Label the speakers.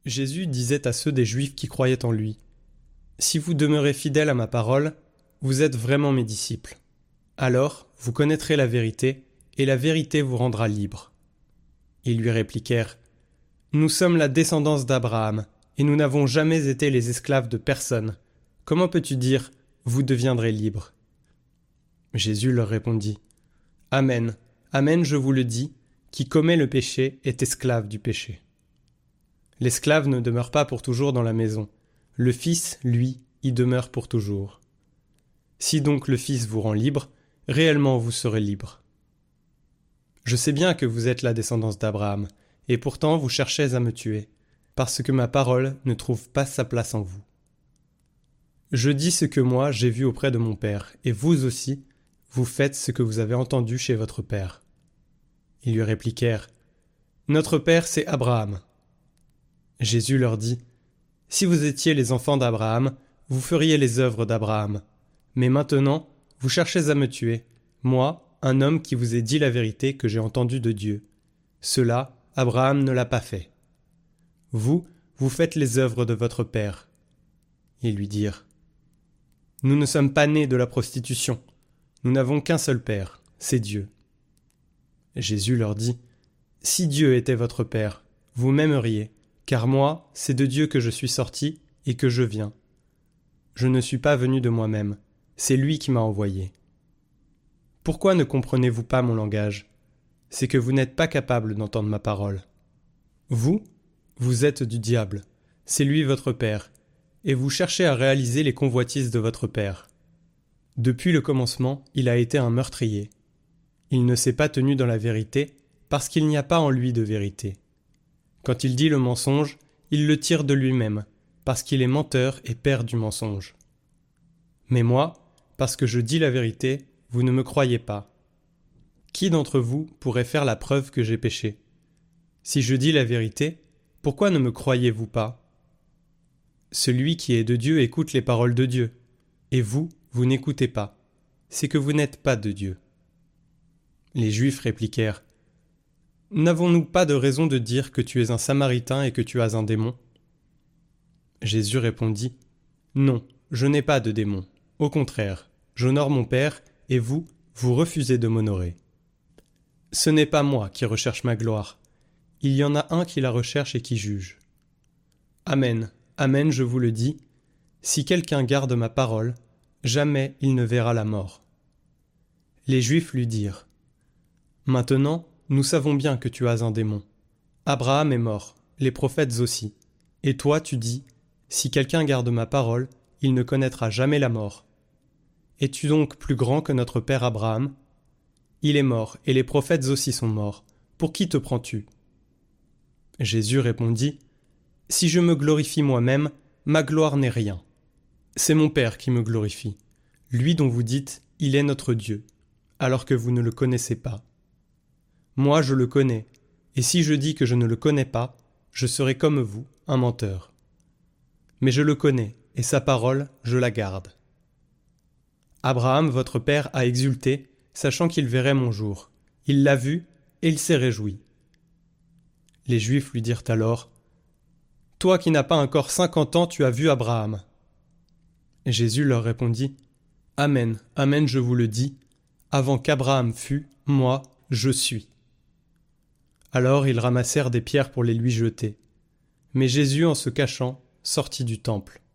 Speaker 1: Jésus disait à ceux des Juifs qui croyaient en lui : « Si vous demeurez fidèles à ma parole, vous êtes vraiment mes disciples. Alors, vous connaîtrez la vérité, et la vérité vous rendra libres. » Ils lui répliquèrent : « Nous sommes la descendance d'Abraham, et nous n'avons jamais été les esclaves de personne. Comment peux-tu dire : vous deviendrez libres ? » Jésus leur répondit : « Amen, amen, je vous le dis, qui commet le péché est esclave du péché. L'esclave ne demeure pas pour toujours dans la maison. Le Fils, lui, y demeure pour toujours. Si donc le Fils vous rend libre, réellement vous serez libre. Je sais bien que vous êtes la descendance d'Abraham, et pourtant vous cherchez à me tuer, parce que ma parole ne trouve pas sa place en vous. Je dis ce que moi j'ai vu auprès de mon Père, et vous aussi, vous faites ce que vous avez entendu chez votre Père. » Ils lui répliquèrent : « Notre Père, c'est Abraham. » Jésus leur dit : « Si vous étiez les enfants d'Abraham, vous feriez les œuvres d'Abraham. Mais maintenant, vous cherchez à me tuer, moi, un homme qui vous ai dit la vérité que j'ai entendue de Dieu. Cela, Abraham ne l'a pas fait. Vous, vous faites les œuvres de votre père. » Ils lui dirent : « Nous ne sommes pas nés de la prostitution. Nous n'avons qu'un seul père, c'est Dieu. » Jésus leur dit : « Si Dieu était votre père, vous m'aimeriez, car moi, c'est de Dieu que je suis sorti et que je viens. Je ne suis pas venu de moi-même, c'est lui qui m'a envoyé. Pourquoi ne comprenez-vous pas mon langage ? C'est que vous n'êtes pas capable d'entendre ma parole. Vous, vous êtes du diable, c'est lui votre père, et vous cherchez à réaliser les convoitises de votre père. Depuis le commencement, il a été un meurtrier. Il ne s'est pas tenu dans la vérité, parce qu'il n'y a pas en lui de vérité. Quand il dit le mensonge, il le tire de lui-même, parce qu'il est menteur et père du mensonge. Mais moi, parce que je dis la vérité, vous ne me croyez pas. Qui d'entre vous pourrait faire la preuve que j'ai péché ? Si je dis la vérité, pourquoi ne me croyez-vous pas ? Celui qui est de Dieu écoute les paroles de Dieu, et vous, vous n'écoutez pas. C'est que vous n'êtes pas de Dieu. » Les Juifs répliquèrent : « N'avons-nous pas de raison de dire que tu es un Samaritain et que tu as un démon ? » Jésus répondit : « Non, je n'ai pas de démon. Au contraire, j'honore mon Père, et vous, vous refusez de m'honorer. Ce n'est pas moi qui recherche ma gloire. Il y en a un qui la recherche et qui juge. Amen, amen, je vous le dis, si quelqu'un garde ma parole, jamais il ne verra la mort. » Les Juifs lui dirent : « Maintenant, nous savons bien que tu as un démon. Abraham est mort, les prophètes aussi. Et toi, tu dis : si quelqu'un garde ma parole, il ne connaîtra jamais la mort. Es-tu donc plus grand que notre père Abraham ? Il est mort, et les prophètes aussi sont morts. Pour qui te prends-tu ? » Jésus répondit : « Si je me glorifie moi-même, ma gloire n'est rien. C'est mon Père qui me glorifie, lui dont vous dites : il est notre Dieu, alors que vous ne le connaissez pas. Moi, je le connais, et si je dis que je ne le connais pas, je serai comme vous, un menteur. Mais je le connais, et sa parole, je la garde. Abraham, votre père, a exulté, sachant qu'il verrait mon jour. Il l'a vu, et il s'est réjoui. » Les Juifs lui dirent alors : « Toi qui n'as pas encore 50 ans, tu as vu Abraham. » Jésus leur répondit : « Amen, amen, je vous le dis, avant qu'Abraham fût, moi, je suis. » Alors ils ramassèrent des pierres pour les lui jeter. Mais Jésus, en se cachant, sortit du temple.